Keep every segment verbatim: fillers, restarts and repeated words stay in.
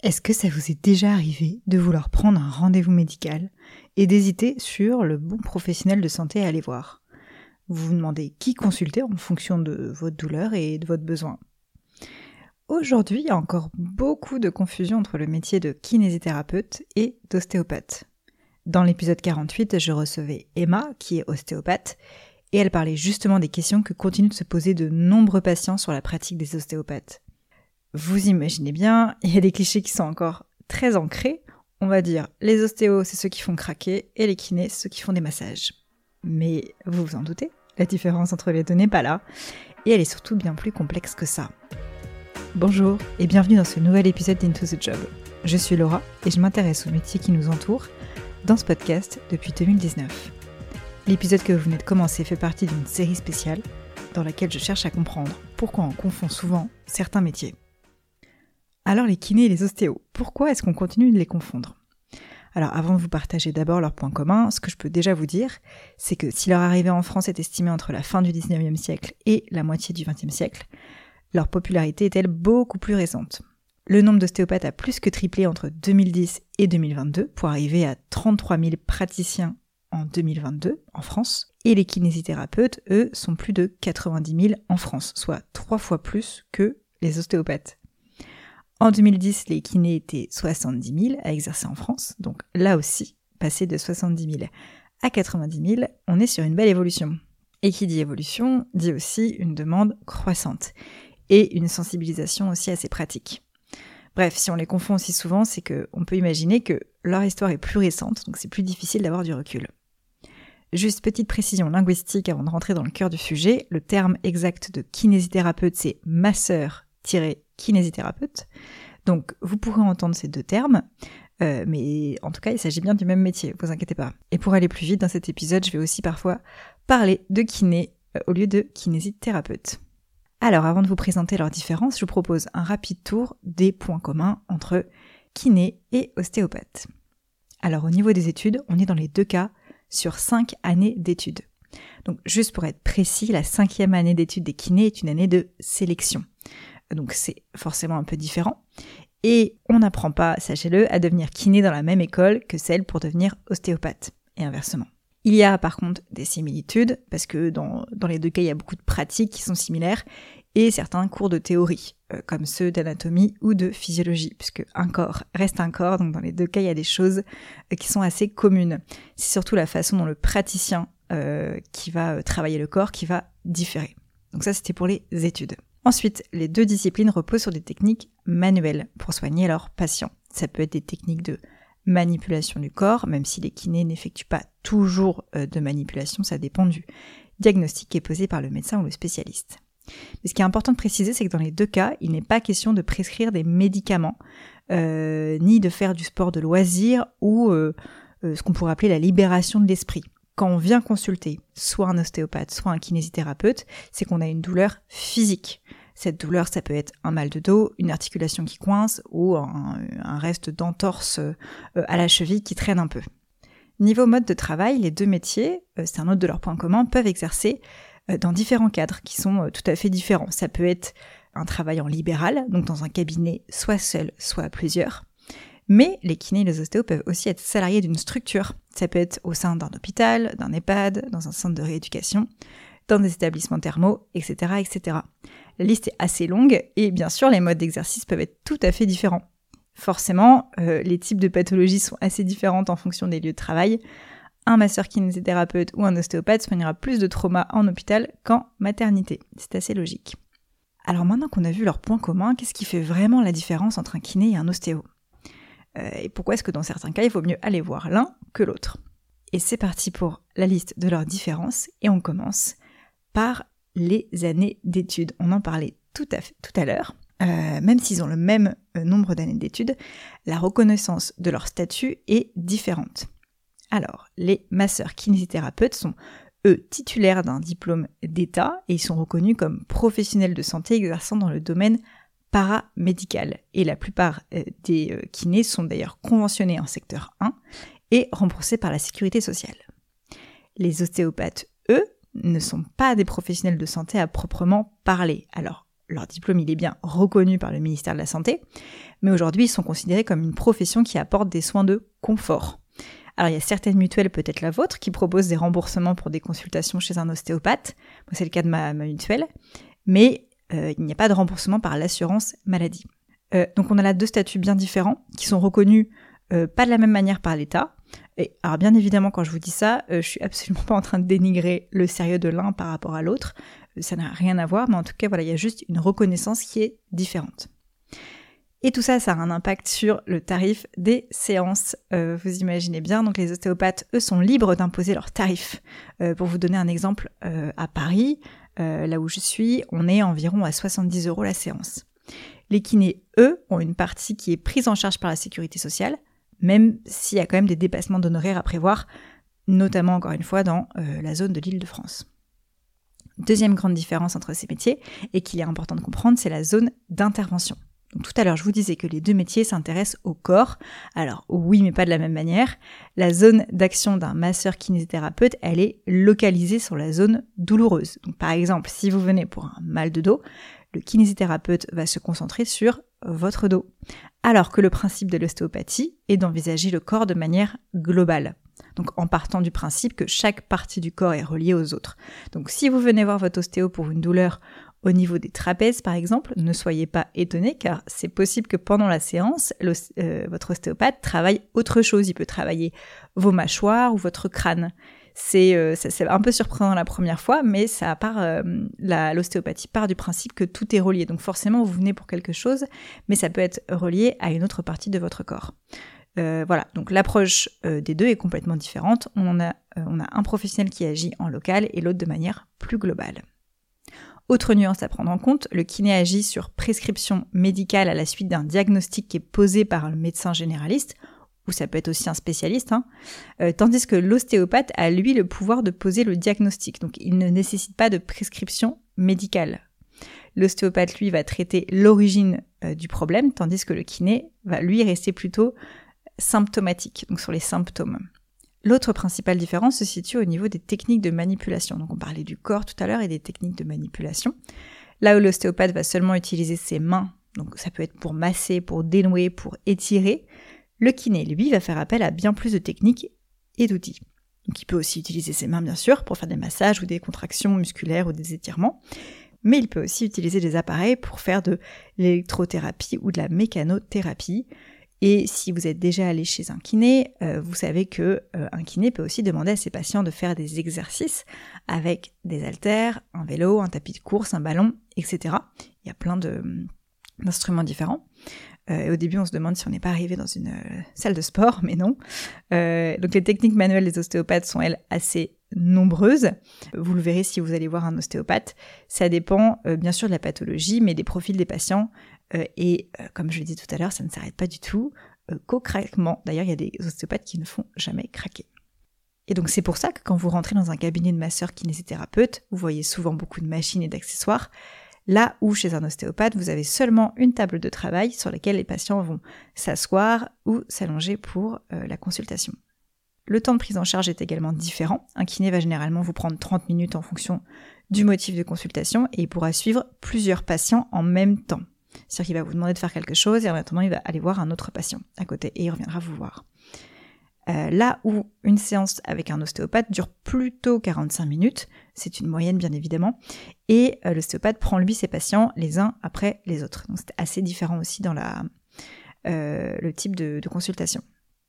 Est-ce que ça vous est déjà arrivé de vouloir prendre un rendez-vous médical et d'hésiter sur le bon professionnel de santé à aller voir ? Vous vous demandez qui consulter en fonction de votre douleur et de votre besoin. Aujourd'hui, il y a encore beaucoup de confusion entre le métier de kinésithérapeute et d'ostéopathe. Dans l'épisode quarante-huit, je recevais Emma, qui est ostéopathe, et elle parlait justement des questions que continuent de se poser de nombreux patients sur la pratique des ostéopathes. Vous imaginez bien, il y a des clichés qui sont encore très ancrés. On va dire, les ostéos, c'est ceux qui font craquer, et les kinés, c'est ceux qui font des massages. Mais vous vous en doutez, la différence entre les deux n'est pas là, et elle est surtout bien plus complexe que ça. Bonjour, et bienvenue dans ce nouvel épisode d'Into the Job. Je suis Laura, et je m'intéresse aux métiers qui nous entourent dans ce podcast depuis deux mille dix-neuf. L'épisode que vous venez de commencer fait partie d'une série spéciale dans laquelle je cherche à comprendre pourquoi on confond souvent certains métiers. Alors les kinés et les ostéos, pourquoi est-ce qu'on continue de les confondre ? Alors avant de vous partager d'abord leurs points communs, ce que je peux déjà vous dire, c'est que si leur arrivée en France est estimée entre la fin du dix-neuvième siècle et la moitié du vingtième siècle, leur popularité est-elle beaucoup plus récente. Le nombre d'ostéopathes a plus que triplé entre deux mille dix et deux mille vingt-deux pour arriver à trente-trois mille praticiens en deux mille vingt-deux en France, et les kinésithérapeutes, eux, sont plus de quatre-vingt-dix mille en France, soit trois fois plus que les ostéopathes. En deux mille dix, les kinés étaient soixante-dix mille à exercer en France, donc là aussi, passer de soixante-dix mille à quatre-vingt-dix mille, on est sur une belle évolution. Et qui dit évolution, dit aussi une demande croissante, et une sensibilisation aussi à ces pratiques. Bref, si on les confond aussi souvent, c'est qu'on peut imaginer que leur histoire est plus récente, donc c'est plus difficile d'avoir du recul. Juste petite précision linguistique avant de rentrer dans le cœur du sujet, le terme exact de kinésithérapeute, c'est masseur-kinésithérapeute. Donc vous pourrez entendre ces deux termes, euh, mais en tout cas il s'agit bien du même métier, vous inquiétez pas. Et pour aller plus vite dans cet épisode, je vais aussi parfois parler de kiné euh, au lieu de kinésithérapeute. Alors avant de vous présenter leurs différences, je vous propose un rapide tour des points communs entre kiné et ostéopathe. Alors au niveau des études, on est dans les deux cas sur cinq années d'études. Donc juste pour être précis, la cinquième année d'études des kinés est une année de sélection. Donc c'est forcément un peu différent. Et on n'apprend pas, sachez-le, à devenir kiné dans la même école que celle pour devenir ostéopathe, et inversement. Il y a par contre des similitudes, parce que dans, dans les deux cas, il y a beaucoup de pratiques qui sont similaires, et certains cours de théorie, euh, comme ceux d'anatomie ou de physiologie, puisque un corps reste un corps, donc dans les deux cas, il y a des choses euh, qui sont assez communes. C'est surtout la façon dont le praticien euh, qui va euh, travailler le corps qui va différer. Donc ça, c'était pour les études. Ensuite, les deux disciplines reposent sur des techniques manuelles pour soigner leurs patients. Ça peut être des techniques de manipulation du corps, même si les kinés n'effectuent pas toujours de manipulation, ça dépend du diagnostic qui est posé par le médecin ou le spécialiste. Mais ce qui est important de préciser, c'est que dans les deux cas, il n'est pas question de prescrire des médicaments, euh, ni de faire du sport de loisir ou euh, euh, ce qu'on pourrait appeler la libération de l'esprit. Quand on vient consulter soit un ostéopathe, soit un kinésithérapeute, c'est qu'on a une douleur physique. Cette douleur, ça peut être un mal de dos, une articulation qui coince ou un, un reste d'entorse à la cheville qui traîne un peu. Niveau mode de travail, les deux métiers, c'est un autre de leurs points communs, peuvent exercer dans différents cadres qui sont tout à fait différents. Ça peut être un travail en libéral, donc dans un cabinet soit seul, soit à plusieurs. Mais les kinés et les ostéos peuvent aussi être salariés d'une structure. Ça peut être au sein d'un hôpital, d'un EHPAD, dans un centre de rééducation, dans des établissements thermaux, et cetera, et cetera. La liste est assez longue et bien sûr les modes d'exercice peuvent être tout à fait différents. Forcément, euh, les types de pathologies sont assez différentes en fonction des lieux de travail. Un masseur kinésithérapeute ou un ostéopathe soignera plus de traumas en hôpital qu'en maternité. C'est assez logique. Alors maintenant qu'on a vu leurs points communs, qu'est-ce qui fait vraiment la différence entre un kiné et un ostéo ? euh, Et pourquoi est-ce que dans certains cas, il vaut mieux aller voir l'un que l'autre ? Et c'est parti pour la liste de leurs différences et on commence par les années d'études. On en parlait tout à fait tout à l'heure. Euh, même s'ils ont le même euh, nombre d'années d'études, la reconnaissance de leur statut est différente. Alors, les masseurs kinésithérapeutes sont, eux, titulaires d'un diplôme d'État et ils sont reconnus comme professionnels de santé exerçant dans le domaine paramédical. Et la plupart euh, des euh, kinés sont d'ailleurs conventionnés en secteur un et remboursés par la sécurité sociale. Les ostéopathes, eux, ne sont pas des professionnels de santé à proprement parler. Alors, leur diplôme il est bien reconnu par le ministère de la Santé, mais aujourd'hui ils sont considérés comme une profession qui apporte des soins de confort. Alors il y a certaines mutuelles, peut-être la vôtre, qui proposent des remboursements pour des consultations chez un ostéopathe. Moi, c'est le cas de ma, ma mutuelle. Mais euh, il n'y a pas de remboursement par l'assurance maladie. Euh, donc on a là deux statuts bien différents qui sont reconnus euh, pas de la même manière par l'État. Et alors bien évidemment, quand je vous dis ça, euh, je suis absolument pas en train de dénigrer le sérieux de l'un par rapport à l'autre. Euh, ça n'a rien à voir, mais en tout cas, voilà, il y a juste une reconnaissance qui est différente. Et tout ça, ça a un impact sur le tarif des séances. Euh, vous imaginez bien, donc les ostéopathes, eux, sont libres d'imposer leurs tarifs. Euh, pour vous donner un exemple, euh, à Paris, euh, là où je suis, on est environ à soixante-dix euros la séance. Les kinés, eux, ont une partie qui est prise en charge par la sécurité sociale, même s'il y a quand même des dépassements d'honoraires à prévoir, notamment, encore une fois, dans euh, la zone de l'Île-de-France. Deuxième grande différence entre ces métiers, et qu'il est important de comprendre, c'est la zone d'intervention. Donc, tout à l'heure, je vous disais que les deux métiers s'intéressent au corps. Alors oui, mais pas de la même manière. La zone d'action d'un masseur kinésithérapeute, elle est localisée sur la zone douloureuse. Donc par exemple, si vous venez pour un mal de dos, le kinésithérapeute va se concentrer sur votre dos. Alors que le principe de l'ostéopathie est d'envisager le corps de manière globale. Donc en partant du principe que chaque partie du corps est reliée aux autres. Donc si vous venez voir votre ostéo pour une douleur au niveau des trapèzes, par exemple, ne soyez pas étonnés car c'est possible que pendant la séance, euh, votre ostéopathe travaille autre chose. Il peut travailler vos mâchoires ou votre crâne. C'est, euh, ça, c'est un peu surprenant la première fois, mais ça part, euh, la, l'ostéopathie part du principe que tout est relié. Donc forcément, vous venez pour quelque chose, mais ça peut être relié à une autre partie de votre corps. Euh, voilà, donc l'approche euh, des deux est complètement différente. On, en a, euh, on a un professionnel qui agit en local et l'autre de manière plus globale. Autre nuance à prendre en compte, le kiné agit sur prescription médicale à la suite d'un diagnostic qui est posé par le médecin généraliste, ou ça peut être aussi un spécialiste, hein, euh, tandis que l'ostéopathe a lui le pouvoir de poser le diagnostic, donc il ne nécessite pas de prescription médicale. L'ostéopathe, lui, va traiter l'origine euh, du problème, tandis que le kiné va, lui, rester plutôt symptomatique, donc sur les symptômes. L'autre principale différence se situe au niveau des techniques de manipulation. Donc on parlait du corps tout à l'heure et des techniques de manipulation. Là où l'ostéopathe va seulement utiliser ses mains, donc ça peut être pour masser, pour dénouer, pour étirer, le kiné, lui, va faire appel à bien plus de techniques et d'outils. Donc il peut aussi utiliser ses mains, bien sûr, pour faire des massages ou des contractions musculaires ou des étirements, mais il peut aussi utiliser des appareils pour faire de l'électrothérapie ou de la mécanothérapie. Et si vous êtes déjà allé chez un kiné, euh, vous savez que euh, un kiné peut aussi demander à ses patients de faire des exercices avec des haltères, un vélo, un tapis de course, un ballon, et cetera. Il y a plein de, d'instruments différents. Euh, et au début, on se demande si on n'est pas arrivé dans une euh, salle de sport, mais non. Euh, donc les techniques manuelles des ostéopathes sont, elles, assez nombreuses. Vous le verrez si vous allez voir un ostéopathe. Ça dépend euh, bien sûr de la pathologie, mais des profils des patients. Euh, et euh, comme je l'ai dit tout à l'heure, ça ne s'arrête pas du tout euh, qu'au craquement. D'ailleurs, il y a des ostéopathes qui ne font jamais craquer. Et donc c'est pour ça que quand vous rentrez dans un cabinet de masseur kinésithérapeute, vous voyez souvent beaucoup de machines et d'accessoires, là où chez un ostéopathe, vous avez seulement une table de travail sur laquelle les patients vont s'asseoir ou s'allonger pour euh, la consultation. Le temps de prise en charge est également différent. Un kiné va généralement vous prendre trente minutes en fonction du motif de consultation et il pourra suivre plusieurs patients en même temps. C'est-à-dire qu'il va vous demander de faire quelque chose et en attendant, il va aller voir un autre patient à côté et il reviendra vous voir. Euh, là où une séance avec un ostéopathe dure plutôt quarante-cinq minutes, c'est une moyenne bien évidemment, et euh, l'ostéopathe prend lui ses patients les uns après les autres. Donc c'est assez différent aussi dans la, euh, le type de, de consultation.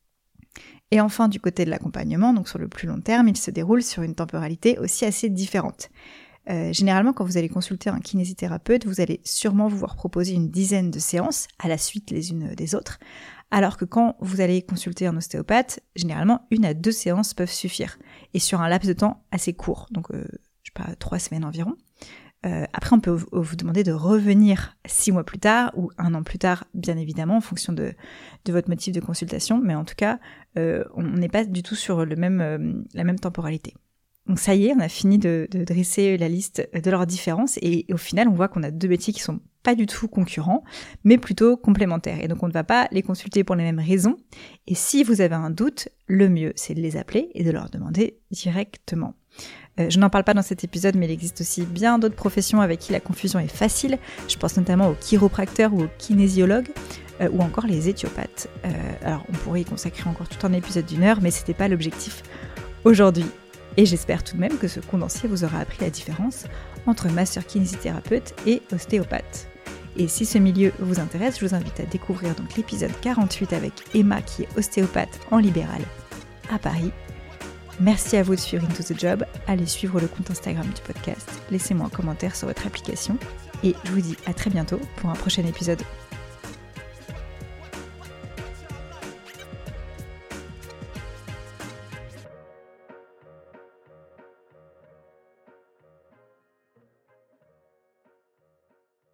Et enfin, du côté de l'accompagnement, donc sur le plus long terme, il se déroule sur une temporalité aussi assez différente. Euh, généralement, quand vous allez consulter un kinésithérapeute, vous allez sûrement vous voir proposer une dizaine de séances à la suite les unes des autres, alors que quand vous allez consulter un ostéopathe, généralement une à deux séances peuvent suffire, et sur un laps de temps assez court, donc euh, je sais pas, trois semaines environ. Euh, après, on peut vous, vous demander de revenir six mois plus tard ou un an plus tard, bien évidemment, en fonction de, de votre motif de consultation, mais en tout cas, euh, on n'est pas du tout sur le même, euh, la même temporalité. Donc ça y est, on a fini de, de dresser la liste de leurs différences et, et au final, on voit qu'on a deux métiers qui sont pas du tout concurrents, mais plutôt complémentaires. Et donc on ne va pas les consulter pour les mêmes raisons. Et si vous avez un doute, le mieux, c'est de les appeler et de leur demander directement. Euh, je n'en parle pas dans cet épisode, mais il existe aussi bien d'autres professions avec qui la confusion est facile. Je pense notamment aux chiropracteurs ou aux kinésiologues, euh, ou encore les éthiopathes. Euh, alors, on pourrait y consacrer encore tout un épisode d'une heure, mais c'était pas l'objectif aujourd'hui. Et j'espère tout de même que ce condensé vous aura appris la différence entre masseur kinésithérapeute et ostéopathe. Et si ce milieu vous intéresse, je vous invite à découvrir donc l'épisode quarante-huit avec Emma qui est ostéopathe en libéral à Paris. Merci à vous de suivre Into the Job, allez suivre le compte Instagram du podcast, laissez-moi un commentaire sur votre application et je vous dis à très bientôt pour un prochain épisode.